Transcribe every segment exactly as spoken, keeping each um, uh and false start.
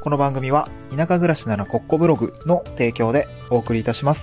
この番組は田舎暮らしならコッコブログの提供でお送りいたします。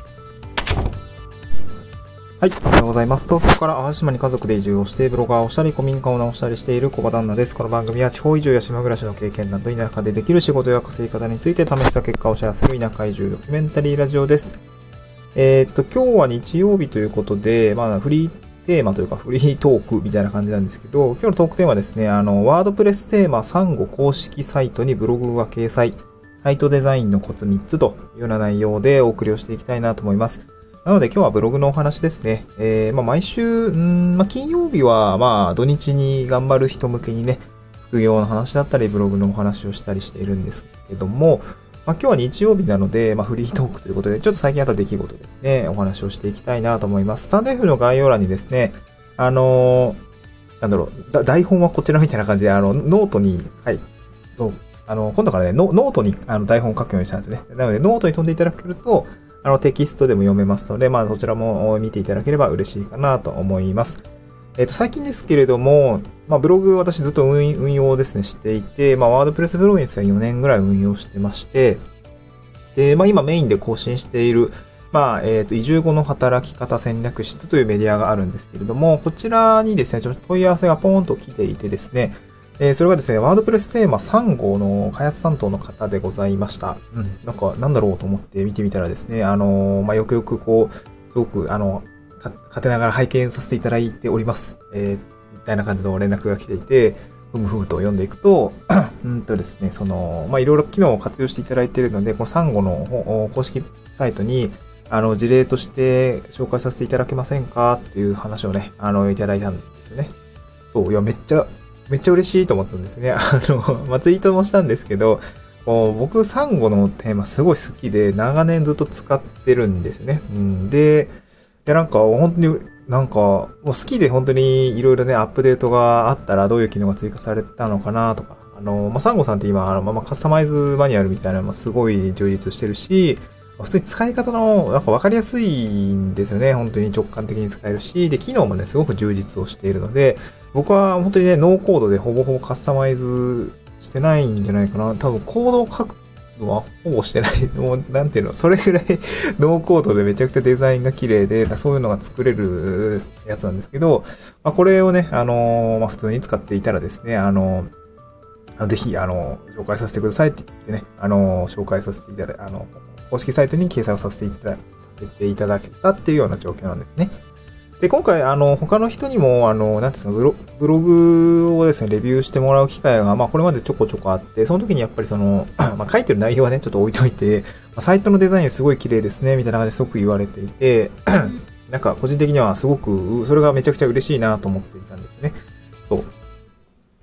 はい、おはようございます。東京から淡路島に家族で移住をしてブロガーをしたり古民家を直したりしている小場旦那です。この番組は地方移住や島暮らしの経験など田舎でできる仕事や稼ぎ方について試した結果をシェアする田舎移住ドキュメンタリーラジオです。えー、っと今日は日曜日ということで、まあフリーテーマというかフリートークみたいな感じなんですけど、今日のトークテーマはですね、あのワードプレステーマサンゴ公式サイトにブログが掲載、サイトデザインのコツみっつというような内容でお送りをしていきたいなと思います。なので今日はブログのお話ですね。えー、まあ毎週、んまあ金曜日はまあ土日に頑張る人向けにね、副業の話だったりブログのお話をしたりしているんですけども、まあ今日は日曜日なので、まあフリートークということで、ちょっと最近あった出来事ですね、お話をしていきたいなと思います。スタンド F の概要欄にですね、あのー、なんだろう、台本はこちらみたいな感じで、あの、ノートに、はい、そう、あの、今度からね、ノートにあの台本を書くようにしたんですね。なので、ノートに飛んでいただけると、あの、テキストでも読めますので、まあ、そちらも見ていただければ嬉しいかなと思います。えっと、最近ですけれども、まあ、ブログ私ずっと運運用をですね、していて、まあ、ワードプレスブログについてはよねんぐらい運用してまして、で、まあ、今メインで更新している、まあ、えっと、移住後の働き方戦略室というメディアがあるんですけれども、こちらにですね、ちょっと問い合わせがポーンと来ていてですね、えー、それがですね、ワードプレステーマさん号の開発担当の方でございました。うん。なんか、なんだろうと思って見てみたらですね、あのー、まあ、よくよくこう、すごく、あの、か、勝手ながら拝見させていただいております。えー、みたいな感じの連絡が来ていて、ふむふむと読んでいくと、うんとですね、その、まあ、いろいろ機能を活用していただいているので、このさん号の公式サイトに、あの、事例として紹介させていただけませんかっていう話をね、あの、いただいたんですよね。そう、いや、めっちゃ、めっちゃ嬉しいと思ったんですね。あの、まあ、ツイートもしたんですけど、僕、サンゴのテーマすごい好きで、長年ずっと使ってるんですよね。うん、で、いや、なんか、本当に、なんか、もう好きで本当にいろいろね、アップデートがあったらどういう機能が追加されたのかなとか、あの、まあ、サンゴさんって今、あの、まあ、カスタマイズマニュアルみたいなのもすごい充実してるし、普通に使い方の、なんか分かりやすいんですよね。本当に直感的に使えるし、で、機能もね、すごく充実をしているので、僕は本当にね、ノーコードでほぼほぼカスタマイズしてないんじゃないかな。多分コードを書くのはほぼしてない。もう、なんていうの、それぐらいノーコードでめちゃくちゃデザインが綺麗で、そういうのが作れるやつなんですけど、まあ、これをね、あのー、まあ、普通に使っていたらですね、あのー、ぜひ、あのー、紹介させてくださいって言ってね、あのー、紹介させていただいて、あの、公式サイトに掲載をさせていただ、させていただけたっていうような状況なんですね。で、今回、あの、他の人にも、あの、なんていうんですか、ブロ、ブログをですね、レビューしてもらう機会が、まあ、これまでちょこちょこあって、その時にやっぱりその、まあ、書いてる内容はね、ちょっと置いといて、まあ、サイトのデザインすごい綺麗ですね、みたいな感じですごく言われていて、なんか、個人的にはすごく、それがめちゃくちゃ嬉しいなと思っていたんですよね。そう。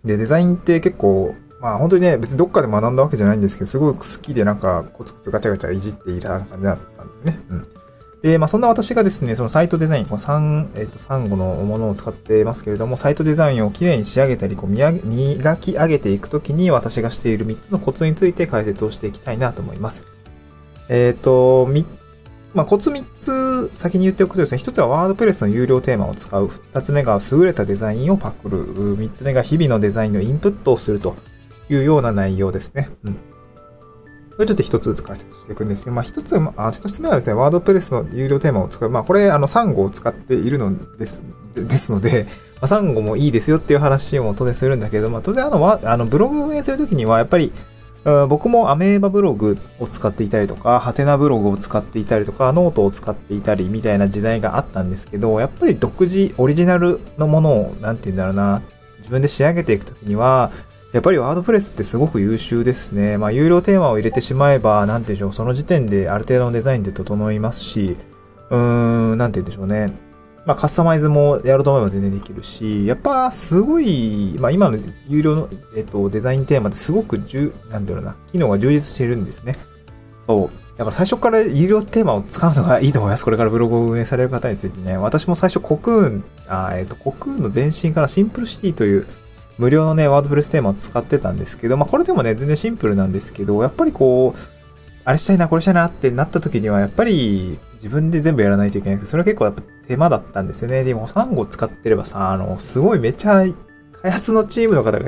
で、デザインって結構、まあ本当にね、別にどっかで学んだわけじゃないんですけど、すごく好きでなんかコツコツガチャガチャいじっていた感じだったんですね。うん。で、まあそんな私がですね、そのサイトデザイン、この3、えっと、さん号のものを使ってますけれども、サイトデザインをきれいに仕上げたり、こう磨き上げていくときに私がしているみっつのコツについて解説をしていきたいなと思います。えっと、み、まあコツみっつ先に言っておくとですね、ひとつはワードプレスの有料テーマを使う。ふたつめが優れたデザインをパクる。みっつめが日々のデザインのインプットをするというような内容ですね。うん。それちょっと一つずつ解説していくんですけど、まあ一つ、あ、一つ目はですね、ワードプレスの有料テーマを使う。まあこれ、あの、さん号を使っているのです、ですので、まあ、さん号もいいですよっていう話を当然するんだけど、まあ当然あの、あの、ブログを運営するときには、やっぱり、僕もアメーバブログを使っていたりとか、ハテナブログを使っていたりとか、ノートを使っていたりみたいな時代があったんですけど、やっぱり独自、オリジナルのものを、なんて言うんだろうな、自分で仕上げていくときには、やっぱりワードプレスってすごく優秀ですね。まあ、有料テーマを入れてしまえば、なんて言うんでしょう、その時点である程度のデザインで整いますし、うーん、なんて言うんでしょうね。まあ、カスタマイズもやろうと思えば全然できるし、やっぱすごい、まあ、今の有料の、えっと、デザインテーマってすごくじゅ、なんだろうな、機能が充実しているんですね。そう。だから最初から有料テーマを使うのがいいと思います。これからブログを運営される方についてね。私も最初コクーン、あえっと、コクーンの前身からシンプルシティという無料のね、ワードプレステーマを使ってたんですけど、まあ、これでもね、全然シンプルなんですけど、やっぱりこう、あれしたいな、これしたいなってなった時には、やっぱり自分で全部やらないといけない。それは結構やっぱ手間だったんですよね。でもさん号使ってればさ、あの、すごいめちゃ開発のチームの方が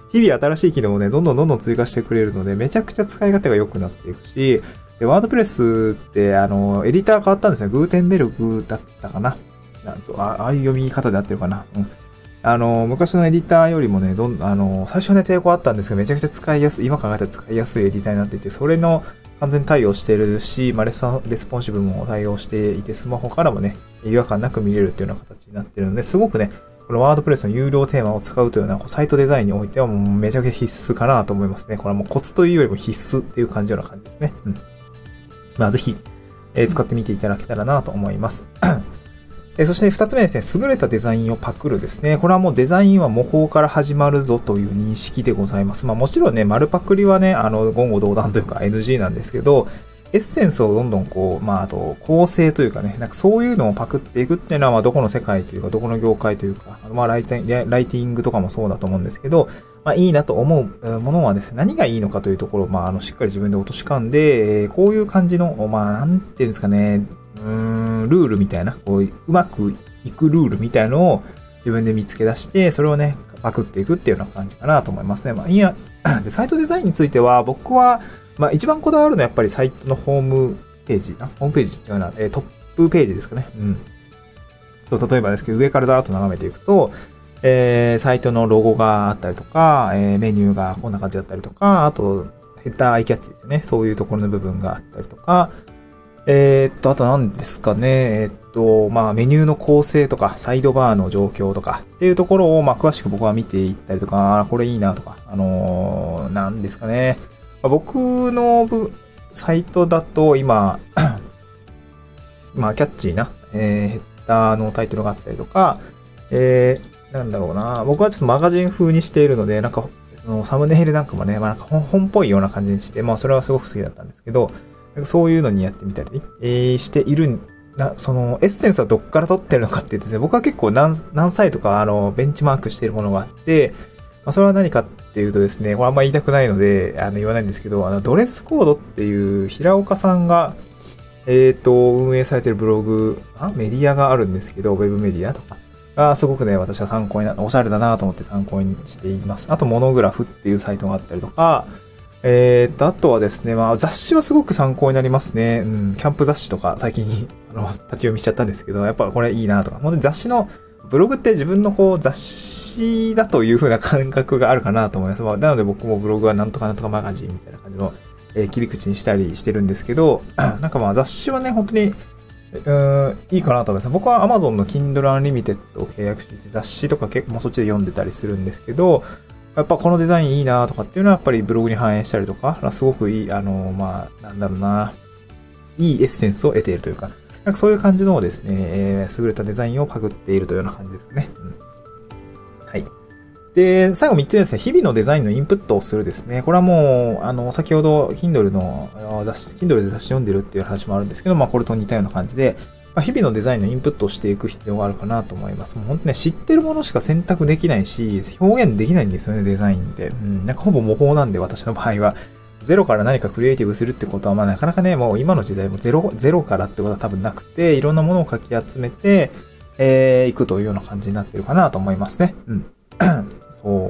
日々新しい機能をね、どんどんどんどん追加してくれるので、めちゃくちゃ使い勝手が良くなっていくし、で、ワードプレスって、あの、エディター変わったんですよ。グーテンベルグだったかな。なんと、ああいう読み方で合ってるかな。うん。あの、昔のエディターよりもね、どん、あの、最初ね、抵抗あったんですけど、めちゃくちゃ使いやすい、今考えたら使いやすいエディターになっていて、それの完全対応してるし、まあレス、レスポンシブも対応していて、スマホからもね、違和感なく見れるっていうような形になってるので、すごくね、このワードプレスの有料テーマを使うというような、サイトデザインにおいてはもうめちゃくちゃ必須かなと思いますね。これはもうコツというよりも必須っていう感じような感じですね。うん。まあ、ぜひ、えー、使ってみていただけたらなと思います。えー、そして二つ目ですね、優れたデザインをパクるですね。これはもうデザインは模倣から始まるぞという認識でございます。まあもちろんね、丸パクリはね、あの、言語道断というか エヌジー なんですけど、エッセンスをどんどんこう、まああと、構成というかね、なんかそういうのをパクっていくっていうのは、まあどこの世界というか、どこの業界というか、まあライティン、ライティングとかもそうだと思うんですけど、まあいいなと思うものはですね、何がいいのかというところを、まああの、しっかり自分で落とし込んで、えー、こういう感じの、まあなんていうんですかね、うーん、ルールみたいな、こう、うまくいくルールみたいのを自分で見つけ出して、それをね、パクっていくっていうような感じかなと思いますね。まあいいや、で、サイトデザインについては、僕は、まあ一番こだわるのはやっぱりサイトのホームページ、あ、ホームページっていうのは、えー、トップページですかね。うん。そう、例えばですけど、上からざーっと眺めていくと、えー、サイトのロゴがあったりとか、えー、メニューがこんな感じだったりとか、あと、ヘッダーアイキャッチですよね。そういうところの部分があったりとか、えー、っと、あと何ですかね。えー、っと、まあ、メニューの構成とか、サイドバーの状況とかっていうところを、まあ、詳しく僕は見ていったりとか、あ、これいいなとか、あのー、何ですかね。まあ、僕の部、サイトだと今、まあ、キャッチーな、えー、ヘッダーのタイトルがあったりとか、えー、なんだろうな。僕はちょっとマガジン風にしているので、なんか、そのサムネイルなんかもね、まあ、なんか本っぽいような感じにして、まあ、それはすごく好きだったんですけど、そういうのにやってみたり、えー、しているな、その、エッセンスはどっから取ってるのかっていうとですね、僕は結構何、何歳とか、あの、ベンチマークしているものがあって、まあ、それは何かっていうとですね、これあんま言いたくないので、あの、言わないんですけど、あの、ドレスコードっていう平岡さんが、えっと、運営されているブログ、あ、メディアがあるんですけど、ウェブメディアとかがすごくね、私は参考にな、おしゃれだなと思って参考にしています。あと、モノグラフっていうサイトがあったりとか、えーと、あとはですね、まあ雑誌はすごく参考になりますね。うん、キャンプ雑誌とか最近あの、立ち読みしちゃったんですけど、やっぱこれいいなとか、本当に雑誌の、ブログって自分のこう雑誌だという風な感覚があるかなと思います。まあ、なので僕もブログはなんとかなんとかマガジンみたいな感じの、えー、切り口にしたりしてるんですけど、なんかまあ雑誌はね、本当に、うーん、いいかなと思います。僕は Amazon の Kindle Unlimited を契約していて、雑誌とか結構もうそっちで読んでたりするんですけど、やっぱこのデザインいいなとかっていうのはやっぱりブログに反映したりとか、すごくいい、あの、まあ、なんだろうな、いいエッセンスを得ているというか、なんかそういう感じのをですね、えー、優れたデザインをパクっているというような感じですね。うん、はい。で、最後みっつめですね、日々のデザインのインプットをするですね。これはもう、あの、先ほど Kindle の雑誌、Kindle で雑誌読んでるっていう話もあるんですけど、まあこれと似たような感じで、まあ、日々のデザインのインプットをしていく必要があるかなと思います。もう本当ね、知ってるものしか選択できないし、表現できないんですよね、デザインって。うん、なんかほぼ模倣なんで、私の場合は。ゼロから何かクリエイティブするってことは、まあなかなかね、もう今の時代もゼロ、ゼロからってことは多分なくて、いろんなものをかき集めて、えー、いくというような感じになってるかなと思いますね。うん。そう。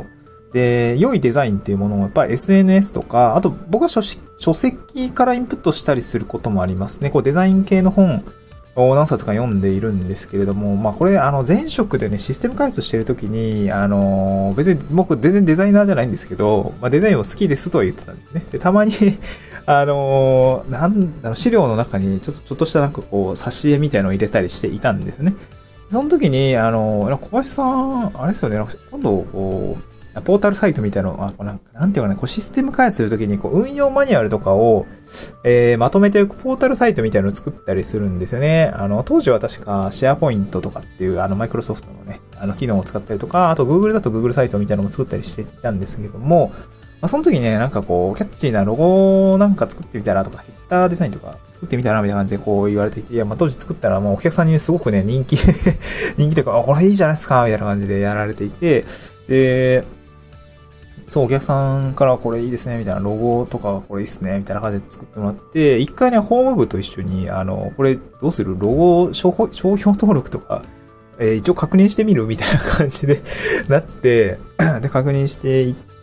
で、良いデザインっていうものをやっぱり エスエヌエス とか、あと僕は書書籍からインプットしたりすることもありますね。こうデザイン系の本、何冊か読んでいるんですけれども、まあこれ、あの、前職でね、システム開発してるときに、あの、別に僕全然デザイナーじゃないんですけど、まあデザインを好きですとは言ってたんですね。で、たまに、あの、なんだろう、資料の中にちょっと、ちょっとしたなんかこう、挿絵みたいなのを入れたりしていたんですよね。その時に、あの、小林さん、あれですよね、今度、こう、ポータルサイトみたいなの、あ、なんか、なんていうかね、こうシステム開発するときに、こう、運用マニュアルとかを、えー、まとめていくポータルサイトみたいなのを作ったりするんですよね。あの、当時は確か、シェアポイントとかっていう、あの、マイクロソフトのね、あの、機能を使ったりとか、あと、Google だと Google サイトみたいなのも作ったりしていたんですけども、まあ、その時ね、なんかこう、キャッチーなロゴなんか作ってみたらとか、ヘッダーデザインとか作ってみたらみたいな感じでこう言われていて、いや、まあ、当時作ったらもうお客さんにね、すごくね、人気、人気というか、あ、これいいじゃないですか、みたいな感じでやられていて、で、そう、お客さんからこれいいですね、みたいな、ロゴとかこれいいっすね、みたいな感じで作ってもらって、一回ね、ホーム部と一緒に、あの、これどうするロゴ、商標登録とか、えー、一応確認してみるみたいな感じでなって、で、確認していっ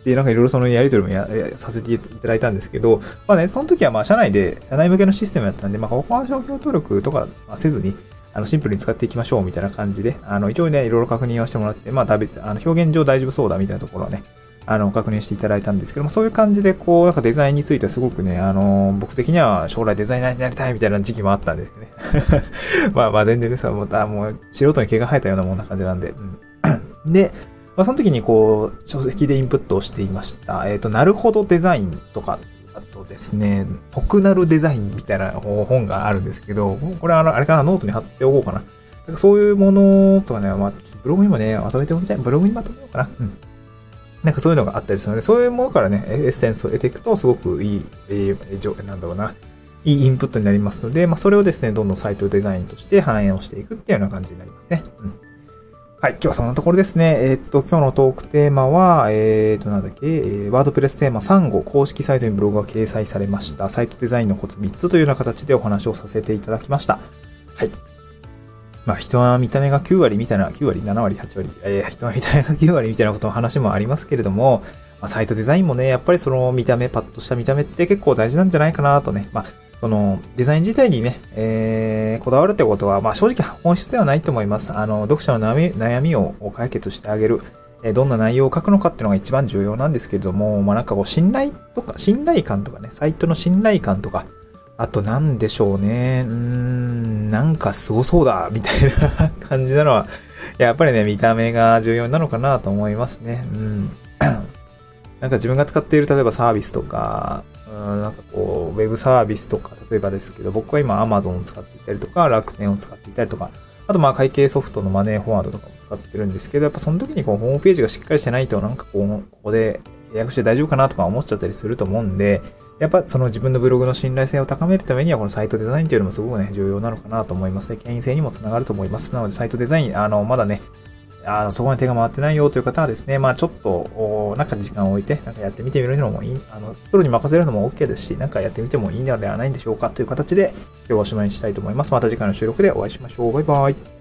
で、なんかいろいろそのやりとりもやさせていただいたんですけど、まあね、その時はまあ社内で、社内向けのシステムだったんで、まあ、ここは商標登録とかせずに、あの、シンプルに使っていきましょうみたいな感じで、あの、一応ね、いろいろ確認をしてもらって、まあ、食べ、あの、表現上大丈夫そうだみたいなところをね、あの、確認していただいたんですけども、そういう感じで、こう、なんかデザインについてはすごくね、あの、僕的には将来デザイナーになりたいみたいな時期もあったんですね。まあまあ全然ですまたもう素人に毛が生えたようなもんな感じなんで。うん、で、まあその時にこう、書籍でインプットをしていました。えっと、なるほどデザインとか、あとですね、得なるデザインみたいな本があるんですけど、これあの、あれかな、ノートに貼っておこうかな。そういうものとかね、まあ、ちょっとブログにもね、まとめておきたい。ブログにまとめようかな。うん。なんかそういうのがあったりするので、そういうものからね、エッセンスを得ていくと、すごくいい、えー、なんだろうな、いいインプットになりますので、まあ、それをですね、どんどんサイトデザインとして反映をしていくっていうような感じになりますね。うん。はい、今日はそんなところですね。えー、っと、今日のトークテーマは、えー、っと、なんだっけ、えー、ワードプレステーマさん号公式サイトにブログが掲載されました。サイトデザインのコツみっつというような形でお話をさせていただきました。はい。まあ人は見た目がきゅう割みたいな、きゅう割、なな割、はち割、えー、人は見た目がきゅう割みたいなことの話もありますけれども、まあ、サイトデザインもね、やっぱりその見た目、パッとした見た目って結構大事なんじゃないかなとね、まあ、そのデザイン自体にね、えー、こだわるってことは、まあ正直本質ではないと思います。あの、読者の悩み、悩みを解決してあげる。えー、どんな内容を書くのかっていうのが一番重要なんですけれども、まあなんかこう信頼とか、信頼感とかね、サイトの信頼感とか、あとなんでしょうね。うーん、なんかすごそうだ、みたいな感じなのは、やっぱりね、見た目が重要なのかなと思いますね。うん。なんか自分が使っている、例えばサービスとか、うん、なんかこう、ウェブサービスとか、例えばですけど、僕は今 Amazon を使っていたりとか、楽天を使っていたりとか、あとまあ会計ソフトのマネーフォワードとかも使ってるんですけど、やっぱその時にこう、ホームページがしっかりしてないと、なんかこう、ここで契約して大丈夫かなとか思っちゃったりすると思うんで、やっぱその自分のブログの信頼性を高めるためにはこのサイトデザインというのもすごくね、重要なのかなと思いますね。権威性にもつながると思います。なのでサイトデザイン、あの、まだね、あの、そこまで手が回ってないよという方はですね、まあちょっと、なんか時間を置いて、なんかやってみてみるのもいい、あの、プロに任せるのも OK ですし、なんかやってみてもいいのではないんでしょうかという形で、今日はおしまいにしたいと思います。また次回の収録でお会いしましょう。バイバイ。